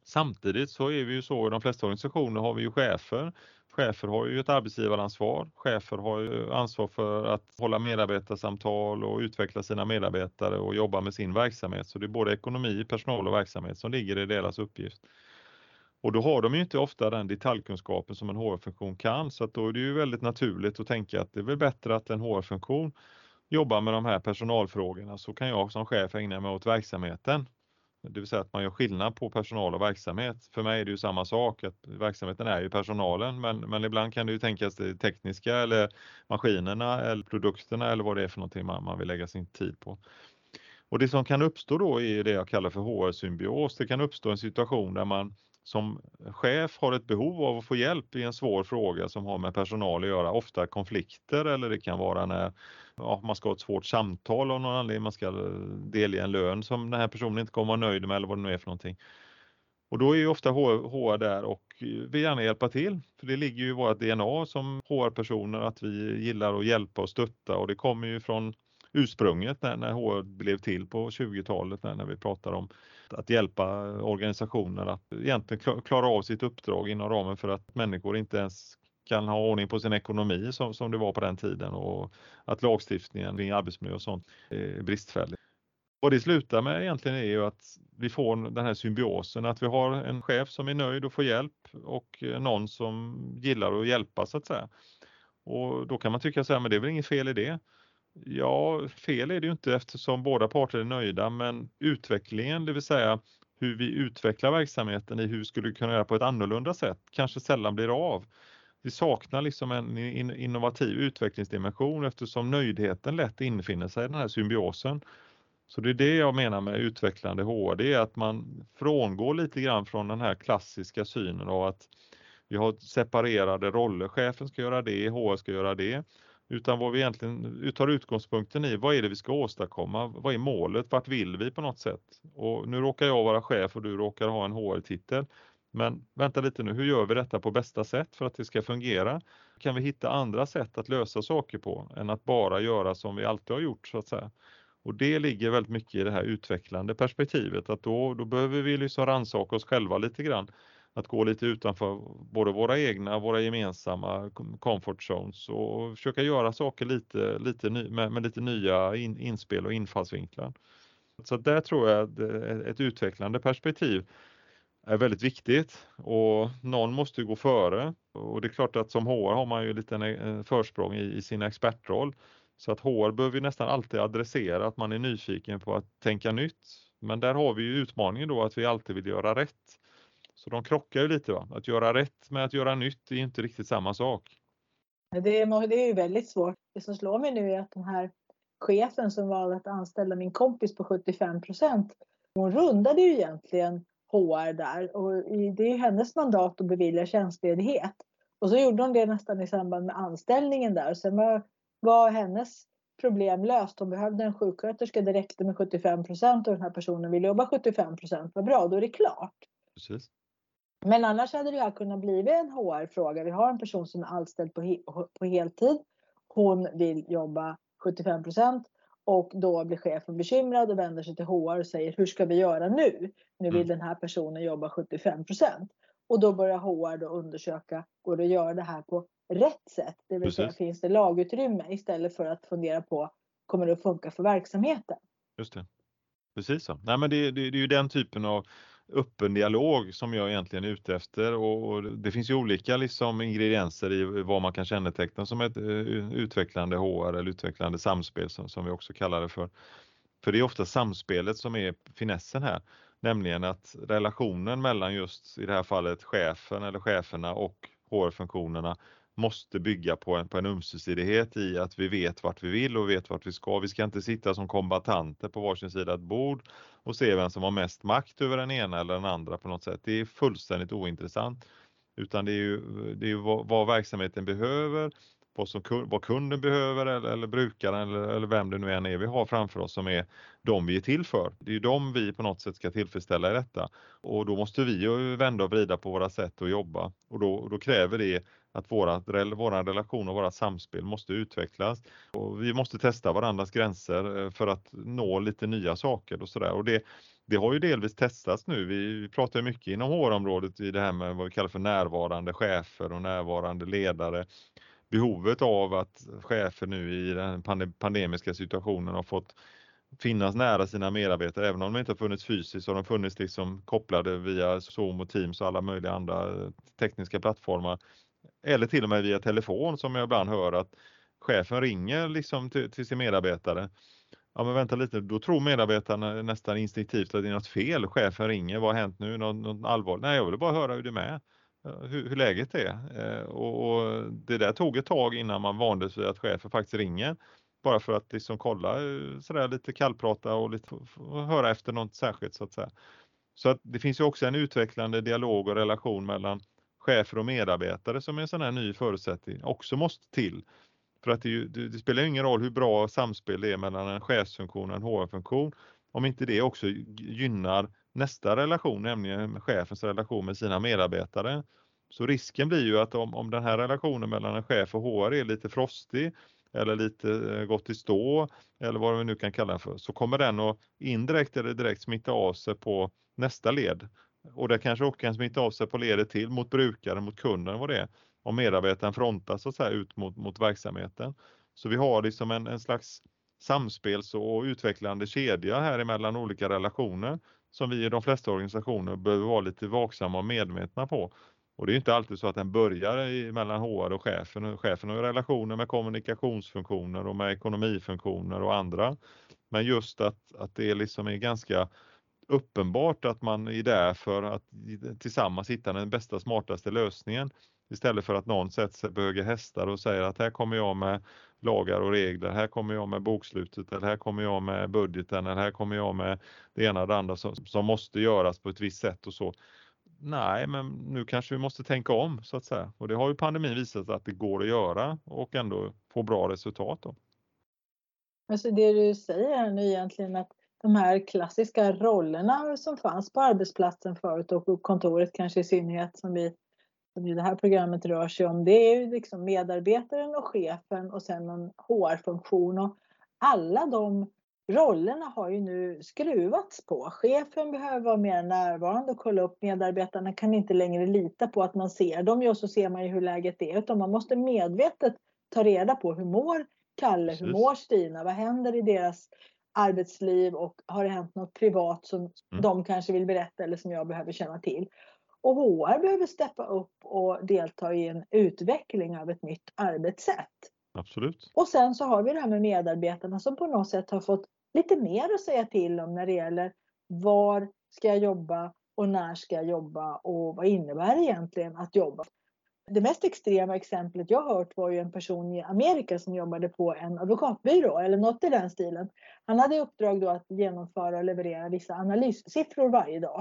Samtidigt så är vi ju så, i de flesta organisationer har vi ju chefer. Chefer har ju ett arbetsgivaransvar. Chefer har ju ansvar för att hålla medarbetarsamtal och utveckla sina medarbetare och jobba med sin verksamhet. Så det är både ekonomi, personal och verksamhet som ligger i deras uppgift. Och då har de ju inte ofta den detaljkunskapen som en HR-funktion kan, så att då är det ju väldigt naturligt att tänka att det är väl bättre att en HR-funktion jobbar med de här personalfrågorna, så kan jag som chef ägna mig åt verksamheten. Det vill säga att man gör skillnad på personal och verksamhet. För mig är det ju samma sak, att verksamheten är ju personalen, men ibland kan det ju tänkas det tekniska eller maskinerna eller produkterna eller vad det är för någonting man vill lägga sin tid på. Och det som kan uppstå då är det jag kallar för HR-symbios. Det kan uppstå en situation där man som chef har ett behov av att få hjälp i en svår fråga som har med personal att göra, ofta konflikter, eller det kan vara när man ska ha ett svårt samtal av någon anledning, man ska delge en lön som den här personen inte kommer vara nöjd med eller vad det nu är för någonting. Och då är ju ofta HR där och vill gärna hjälpa till, för det ligger ju i vårt DNA som HR-personer att vi gillar att hjälpa och stötta, och det kommer ju från ursprunget när HR blev till på 20-talet, när vi pratar om att hjälpa organisationer att egentligen klara av sitt uppdrag inom ramen för att människor inte ens kan ha ordning på sin ekonomi som det var på den tiden, och att lagstiftningen kring arbetsmiljö och sånt är bristfällig. Och det slutar med egentligen är ju att vi får den här symbiosen, att vi har en chef som är nöjd och får hjälp och någon som gillar att hjälpa så att säga. Och då kan man tycka så här, men det är väl inget fel i det? Ja, fel är det ju inte eftersom båda parter är nöjda, men utvecklingen, det vill säga hur vi utvecklar verksamheten i hur skulle vi kunna göra på ett annorlunda sätt, kanske sällan blir av. Vi saknar liksom en innovativ utvecklingsdimension eftersom nöjdheten lätt infinner sig i den här symbiosen. Så det är det jag menar med utvecklande HR, det är att man frångår lite grann från den här klassiska synen av att vi har separerade roller, chefen ska göra det, HR ska göra det. Utan vad vi egentligen tar utgångspunkten i, vad är det vi ska åstadkomma? Vad är målet? Vart vill vi på något sätt? Och nu råkar jag vara chef och du råkar ha en HR-titel. Men vänta lite nu, hur gör vi detta på bästa sätt för att det ska fungera? Kan vi hitta andra sätt att lösa saker på än att bara göra som vi alltid har gjort så att säga? Och det ligger väldigt mycket i det här utvecklande perspektivet, att då behöver vi liksom rannsaka oss själva lite grann. Att gå lite utanför både våra egna, våra gemensamma comfort zones och försöka göra saker med lite nya inspel och infallsvinklar. Så där tror jag att ett utvecklande perspektiv är väldigt viktigt, och någon måste ju gå före. Och det är klart att som HR har man ju lite en försprång i sin expertroll. Så att HR behöver ju nästan alltid adressera att man är nyfiken på att tänka nytt. Men där har vi ju utmaningen då att vi alltid vill göra rätt. Så de krockar ju lite va. Att göra rätt med att göra nytt är inte riktigt samma sak. Det är ju väldigt svårt. Det som slår mig nu är att den här chefen som valde att anställa min kompis på 75%, hon rundade ju egentligen HR där, och det är hennes mandat att bevilja tjänstledighet. Och så gjorde hon det nästan i samband med anställningen där. Sen var hennes problem löst. Hon behövde en sjuksköterska, det räckte med 75% och den här personen ville jobba 75%. Vad bra, då är det klart. Precis. Men annars hade det här kunnat bli en HR-fråga. Vi har en person som är anställd på heltid. Hon vill jobba 75%. Och då blir chefen bekymrad och vänder sig till HR och säger, hur ska vi göra nu? Nu vill den här personen jobba 75%. Och då börjar HR då undersöka, går det att göra det här på rätt sätt? Det vill säga, finns det lagutrymme istället för att fundera på, kommer det att funka för verksamheten? Just det. Precis så. Nej, men det är ju den typen av öppen dialog som jag egentligen är ute efter, och det finns ju olika liksom ingredienser i vad man kan känneteckna som ett utvecklande HR eller utvecklande samspel som vi också kallar det för. För det är ofta samspelet som är finessen här, nämligen att relationen mellan just i det här fallet chefen eller cheferna och HR-funktionerna måste bygga på en ömsesidighet i att vi vet vart vi vill och vet vart vi ska. Vi ska inte sitta som kombatanter på varsin sida ett bord och se vem som har mest makt över den ena eller den andra på något sätt. Det är fullständigt ointressant, utan det är ju vad verksamheten behöver, vad kunden behöver eller brukaren eller vem det nu än är vi har framför oss som är de vi är till för. Det är ju de vi på något sätt ska tillfredsställa i detta, och då måste vi ju vända och vrida på våra sätt att jobba, och då kräver det att våra relation och våra samspel måste utvecklas. Och vi måste testa varandras gränser för att nå lite nya saker och sådär. Och det har ju delvis testats nu. Vi pratar mycket inom HR-området i det här med vad vi kallar för närvarande chefer och närvarande ledare. Behovet av att chefer nu i den pandemiska situationen har fått finnas nära sina medarbetare, även om de inte har funnits fysiskt, så har de funnits liksom kopplade via Zoom och Teams och alla möjliga andra tekniska plattformar. Eller till och med via telefon, som jag ibland hör att chefen ringer liksom till sin medarbetare. Ja, men vänta lite, då tror medarbetarna nästan instinktivt att det är något fel. Chefen ringer, vad har hänt nu? Något allvarligt? Nej, jag vill bara höra hur det är med. Hur läget är. Och det där tog ett tag innan man vande vid att chefen faktiskt ringer. Bara för att liksom kolla, sådär lite kallprata och lite höra efter något särskilt så att säga. Så att det finns ju också en utvecklande dialog och relation mellan chefer och medarbetare som är en sån här ny förutsättning också måste till. För att det spelar ingen roll hur bra samspel det är mellan en chefsfunktion och en HR-funktion om inte det också gynnar nästa relation, nämligen chefens relation med sina medarbetare. Så risken blir ju att om den här relationen mellan en chef och HR är lite frostig eller lite gått i stå eller vad vi nu kan kalla den för, så kommer den att indirekt eller direkt smitta av sig på nästa led. Och det kanske också kan smitta av sig på ledet till mot brukaren, mot kunden, vad det är. Om medarbetaren frontas så här ut mot verksamheten. Så vi har liksom en slags samspels- och utvecklande kedja här emellan olika relationer som vi i de flesta organisationer behöver vara lite vaksamma och medvetna på. Och det är inte alltid så att den börjar mellan HR och chefen. Chefen har relationer med kommunikationsfunktioner och med ekonomifunktioner och andra. Men just att det liksom är ganska uppenbart att man är där för att tillsammans hitta den bästa smartaste lösningen. Istället för att någon sätter sig på höga hästar och säger att här kommer jag med lagar och regler, här kommer jag med bokslutet, eller här kommer jag med budgeten, eller här kommer jag med det ena och det andra som måste göras på ett visst sätt och så. Nej, men nu kanske vi måste tänka om så att säga. Och det har ju pandemin visat att det går att göra och ändå få bra resultat då. Alltså det du säger här nu egentligen att de här klassiska rollerna som fanns på arbetsplatsen förut och på kontoret kanske i synnerhet som ju det här programmet rör sig om, det är ju liksom medarbetaren och chefen och sen en HR-funktion och alla de rollerna har ju nu skruvats på. Chefen behöver vara mer närvarande och kolla upp, medarbetarna kan inte längre lita på att man ser dem och så ser man ju hur läget är, utan man måste medvetet ta reda på hur mår Kalle, hur mår Stina, vad händer i deras arbetsliv och har det hänt något privat som de kanske vill berätta eller som jag behöver känna till. Och HR behöver steppa upp och delta i en utveckling av ett nytt arbetssätt. Absolut. Och sen så har vi det här med medarbetarna som på något sätt har fått lite mer att säga till om när det gäller var ska jag jobba och när ska jag jobba och vad innebär det egentligen att jobba. Det mest extrema exemplet jag hört var ju en person i Amerika som jobbade på en advokatbyrå eller något i den stilen. Han hade i uppdrag då att genomföra och leverera vissa analyssiffror varje dag.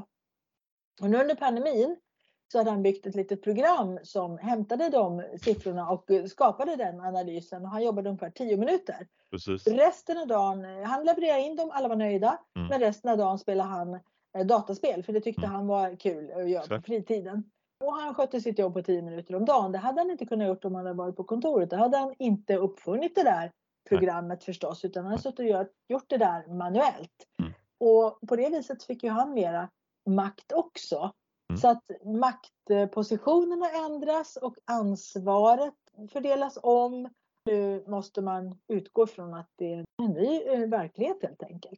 Och nu under pandemin så hade han byggt ett litet program som hämtade de siffrorna och skapade den analysen. Och han jobbade ungefär 10 minuter. Precis. Resten av dagen, han levererade in dem, alla var nöjda. Men resten av dagen spelade han dataspel för det tyckte han var kul att göra på fritiden. Och han skötte sitt jobb på 10 minuter om dagen. Det hade han inte kunnat gjort om han hade varit på kontoret. Det hade han inte uppfunnit det där programmet förstås. Utan han hade suttit och gjort det där manuellt. Och på det viset fick ju han mera makt också. Så att maktpositionerna ändras och ansvaret fördelas om. Nu måste man utgå från att det är en ny verklighet helt enkelt.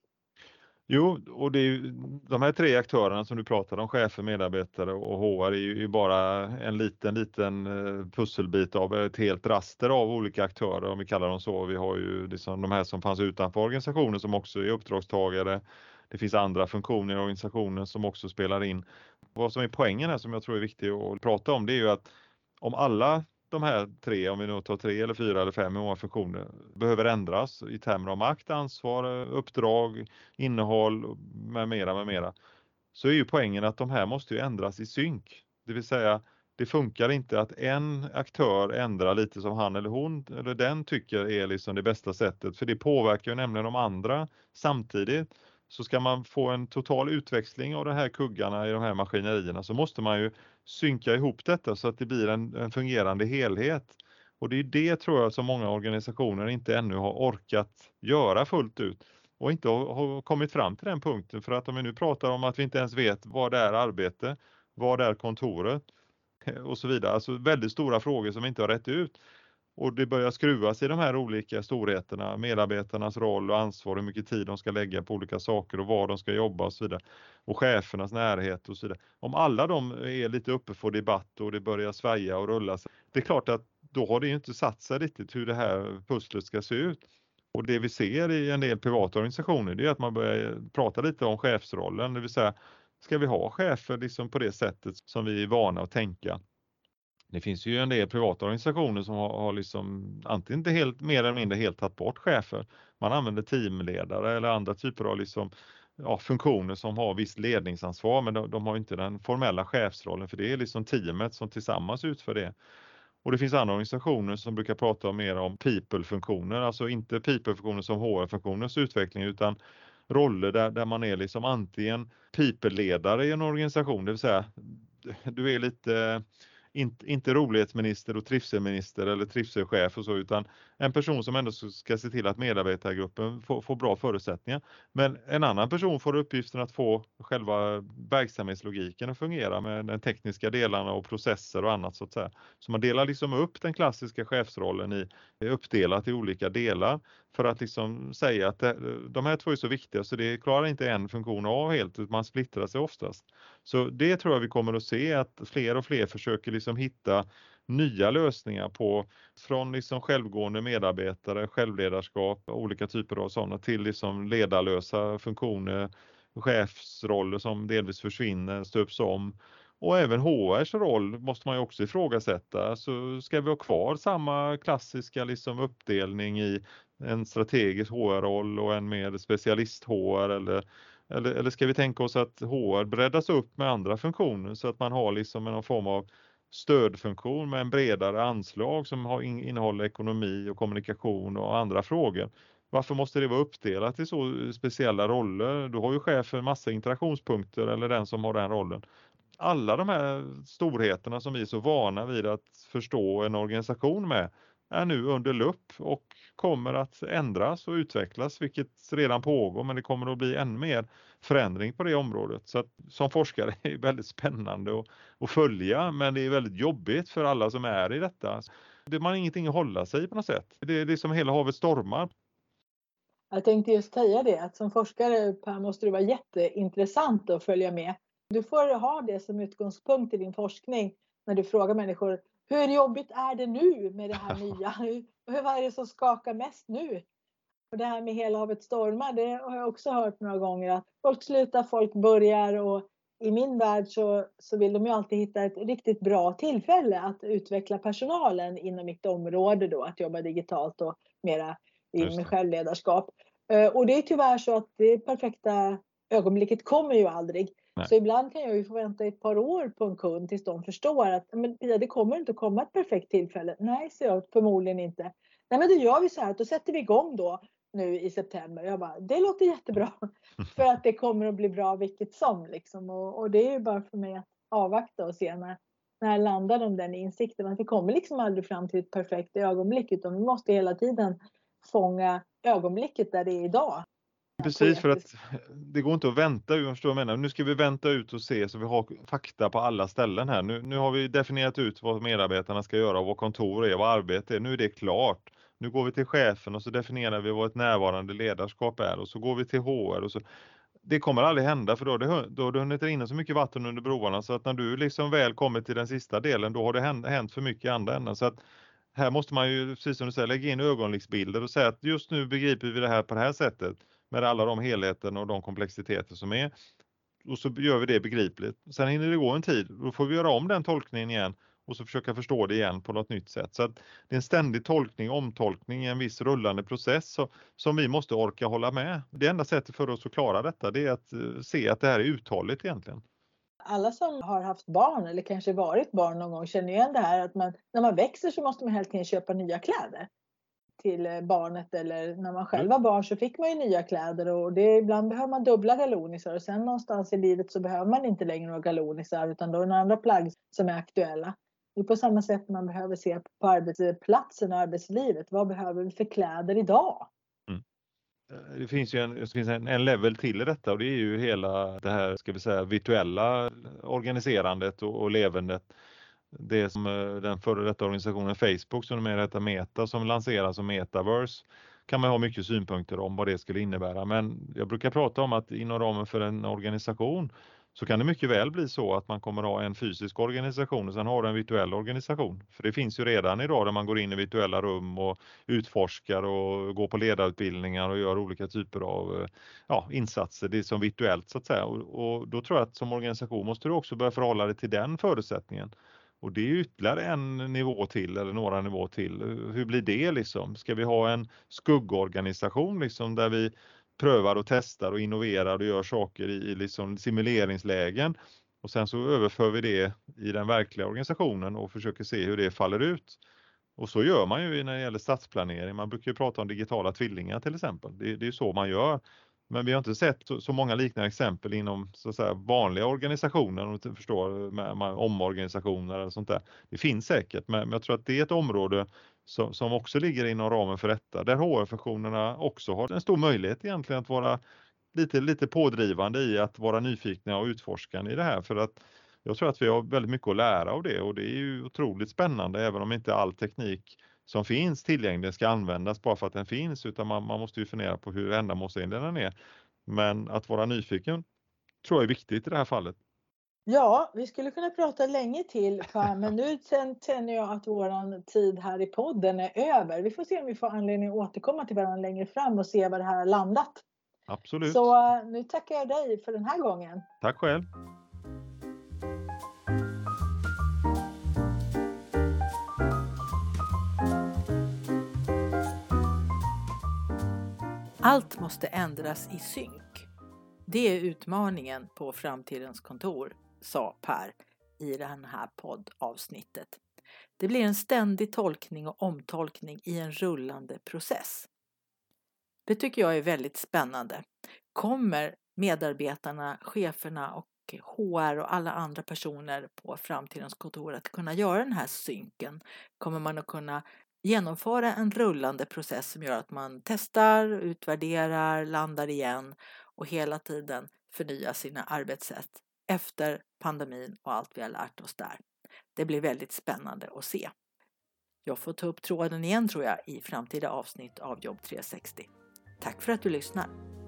Jo, och det är ju, de här tre aktörerna som du pratar om, chefer, medarbetare och HR, är ju bara en liten pusselbit av ett helt raster av olika aktörer, om vi kallar dem så. Vi har ju liksom de här som fanns utanför organisationen som också är uppdragstagare. Det finns andra funktioner i organisationen som också spelar in. Vad som är poängen här som jag tror är viktigt att prata om, det är ju att om alla de här tre, om vi nu tar 3 eller 4 eller 5 hur många funktioner, behöver ändras i termer av makt, ansvar, uppdrag, innehåll med mera. Så är ju poängen att de här måste ju ändras i synk. Det vill säga, det funkar inte att en aktör ändrar lite som han eller hon eller den tycker är liksom det bästa sättet. För det påverkar ju nämligen de andra samtidigt. Så ska man få en total utväxling av de här kuggarna i de här maskinerierna så måste man ju synka ihop detta så att det blir en fungerande helhet. Och det är det tror jag som många organisationer inte ännu har orkat göra fullt ut och inte har kommit fram till den punkten. För att om vi nu pratar om att vi inte ens vet vad det är arbete, vad det är kontoret och så vidare. Alltså väldigt stora frågor som vi inte har rätt ut. Och det börjar skruvas i de här olika storheterna, medarbetarnas roll och ansvar, hur mycket tid de ska lägga på olika saker och var de ska jobba och så vidare. Och chefernas närhet och så vidare. Om alla de är lite uppe för debatt och det börjar svaja och rulla sig, det är klart att då har det ju inte satt sig riktigt hur det här pusslet ska se ut. Och det vi ser i en del privata organisationer det är att man börjar prata lite om chefsrollen, det vill säga ska vi ha chefer liksom på det sättet som vi är vana att tänka. Det finns ju en del privata organisationer som har liksom antingen inte helt, mer eller mindre helt tagit bort chefer. Man använder teamledare eller andra typer av liksom, funktioner som har viss ledningsansvar men de har inte den formella chefsrollen för det är liksom teamet som tillsammans utför det. Och det finns andra organisationer som brukar prata mer om people-funktioner, alltså inte people-funktioner som HR-funktioners utveckling utan roller där man är liksom antingen people-ledare i en organisation, det vill säga du är lite inte rolighetsminister och trivselminister eller trivselchef och så utan en person som ändå ska se till att medarbetargruppen får bra förutsättningar. Men en annan person får uppgiften att få själva verksamhetslogiken att fungera med den tekniska delarna och processer och annat så att säga. Så man delar liksom upp den klassiska chefsrollen i uppdelat i olika delar för att liksom säga att de här två är så viktiga så det klarar inte en funktion av helt utan man splittrar sig oftast. Så det tror jag vi kommer att se att fler och fler försöker liksom hitta nya lösningar på från liksom självgående medarbetare, självledarskap, olika typer av sådana till liksom ledarlösa funktioner, chefsroller som delvis försvinner, stöps om. Och även HRs roll måste man ju också ifrågasätta. Så ska vi ha kvar samma klassiska liksom uppdelning i en strategisk HR-roll och en mer specialist-HR eller ska vi tänka oss att HR breddas upp med andra funktioner så att man har liksom någon form av stödfunktion med en bredare anslag som innehåller ekonomi och kommunikation och andra frågor. Varför måste det vara uppdelat i så speciella roller? Då har ju chefen massa interaktionspunkter eller den som har den rollen. Alla de här storheterna som vi är så vana vid att förstå en organisation med är nu under lupp och kommer att ändras och utvecklas, vilket redan pågår, men det kommer att bli ännu mer förändring på det området. Så att, som forskare är det väldigt spännande att följa, men det är väldigt jobbigt för alla som är i detta. Man har ingenting att hålla sig i på något sätt. Det är som hela havet stormar. Jag tänkte just säga det, att som forskare Per, måste det vara jätteintressant att följa med. Du får ha det som utgångspunkt i din forskning när du frågar människor hur jobbigt är det nu med det här nya? Vad är det som skakar mest nu? Och det här med hela havet stormar, det har jag också hört några gånger. Att folk slutar, folk börjar och i min värld så vill de ju alltid hitta ett riktigt bra tillfälle att utveckla personalen inom mitt område då. Att jobba digitalt och mera med självledarskap. Och det är tyvärr så att det perfekta ögonblicket kommer ju aldrig. Nej. Så ibland kan jag ju få vänta ett par år på en kund tills de förstår att men, det kommer inte att komma ett perfekt tillfälle. Nej, så jag förmodligen inte. Nej, men då gör vi så här, då sätter vi igång då nu i september. Jag bara, det låter jättebra för att det kommer att bli bra vilket som liksom. Och det är ju bara för mig att avvakta och se när landar de den insikten. Att vi kommer liksom aldrig fram till ett perfekt ögonblick utan vi måste hela tiden fånga ögonblicket där det är idag. Precis, för att det går inte att vänta, jag förstår vad jag menar. Nu ska vi vänta ut och se så vi har fakta på alla ställen här. Nu har vi definierat ut vad medarbetarna ska göra och vad kontor är, vad arbete är. Nu är det klart. Nu går vi till chefen och så definierar vi vad ett närvarande ledarskap är och så går vi till HR och så. Det kommer aldrig hända för då har det hunnit rinna så mycket vatten under broarna så att när du liksom väl kommer till den sista delen då har det hänt för mycket i andra änden. Så att här måste man ju, precis som du säger, lägga in ögonblicksbilder och säga att just nu begriper vi det här på det här sättet med alla de helheter och de komplexiteter som är. Och så gör vi det begripligt. Sen hinner det gå en tid, då får vi göra om den tolkningen igen och så försöka förstå det igen på något nytt sätt. Så att det är en ständig tolkning, omtolkning, en viss rullande process som vi måste orka hålla med. Det enda sättet för oss att klara detta det är att se att det här är uthålligt egentligen. Alla som har haft barn eller kanske varit barn någon gång känner igen det här att när man växer så måste man helt enkelt köpa nya kläder. till barnet, eller när man själv var barn så fick man ju nya kläder, och det, ibland behöver man dubbla galonisar, och sen någonstans i livet så behöver man inte längre några galonisar, utan då är det några andra plagg som är aktuella. Det är på samma sätt man behöver se på arbetsplatsen och arbetslivet. Vad behöver vi för kläder idag? Det finns ju en level till i detta, och det är ju hela det här, ska vi säga, virtuella organiserandet och levandet. Det som den före detta organisationen Facebook, som numera heter Meta, som lanseras som Metaverse, kan man ha mycket synpunkter om vad det skulle innebära. Men jag brukar prata om att inom ramen för en organisation så kan det mycket väl bli så att man kommer att ha en fysisk organisation och sen har du en virtuell organisation. För det finns ju redan idag där man går in i virtuella rum och utforskar och går på ledarutbildningar och gör olika typer av insatser. Det är som virtuellt så att säga. Och då tror jag att som organisation måste du också börja förhålla dig till den förutsättningen. Och det är ytterligare en nivå till eller några nivåer till. Hur blir det liksom? Ska vi ha en skuggorganisation liksom där vi prövar och testar och innoverar och gör saker i liksom simuleringslägen, och sen så överför vi det i den verkliga organisationen och försöker se hur det faller ut. Och så gör man ju när det gäller stadsplanering. Man brukar ju prata om digitala tvillingar till exempel. Det är ju så man gör. Men vi har inte sett så många liknande exempel inom så att säga vanliga organisationer, om du förstår, med omorganisationer eller sånt där. Det finns säkert, men jag tror att det är ett område som också ligger inom ramen för detta. Där HR-funktionerna också har en stor möjlighet egentligen att vara lite pådrivande i att vara nyfikna och utforskande i det här. För att jag tror att vi har väldigt mycket att lära av det, och det är ju otroligt spännande, även om inte all teknik som finns tillgänglig ska användas bara för att den finns, utan man måste ju fundera på hur ändamålsenlig den är. Men att vara nyfiken tror jag är viktigt i det här fallet. Ja, vi skulle kunna prata länge till, men nu känner jag att våran tid här i podden är över. Vi får se om vi får anledning att återkomma till varandra längre fram och se vad det här har landat. Absolut. Så nu tackar jag dig för den här gången. Tack själv. Allt måste ändras i synk. Det är utmaningen på Framtidens kontor, sa Per i det här poddavsnittet. Det blir en ständig tolkning och omtolkning i en rullande process. Det tycker jag är väldigt spännande. Kommer medarbetarna, cheferna och HR och alla andra personer på Framtidens kontor att kunna göra den här synken? Kommer man att kunna genomföra en rullande process som gör att man testar, utvärderar, landar igen och hela tiden förnyar sina arbetssätt efter pandemin och allt vi har lärt oss där? Det blir väldigt spännande att se. Jag får ta upp tråden igen tror jag i framtida avsnitt av Jobb 360. Tack för att du lyssnar!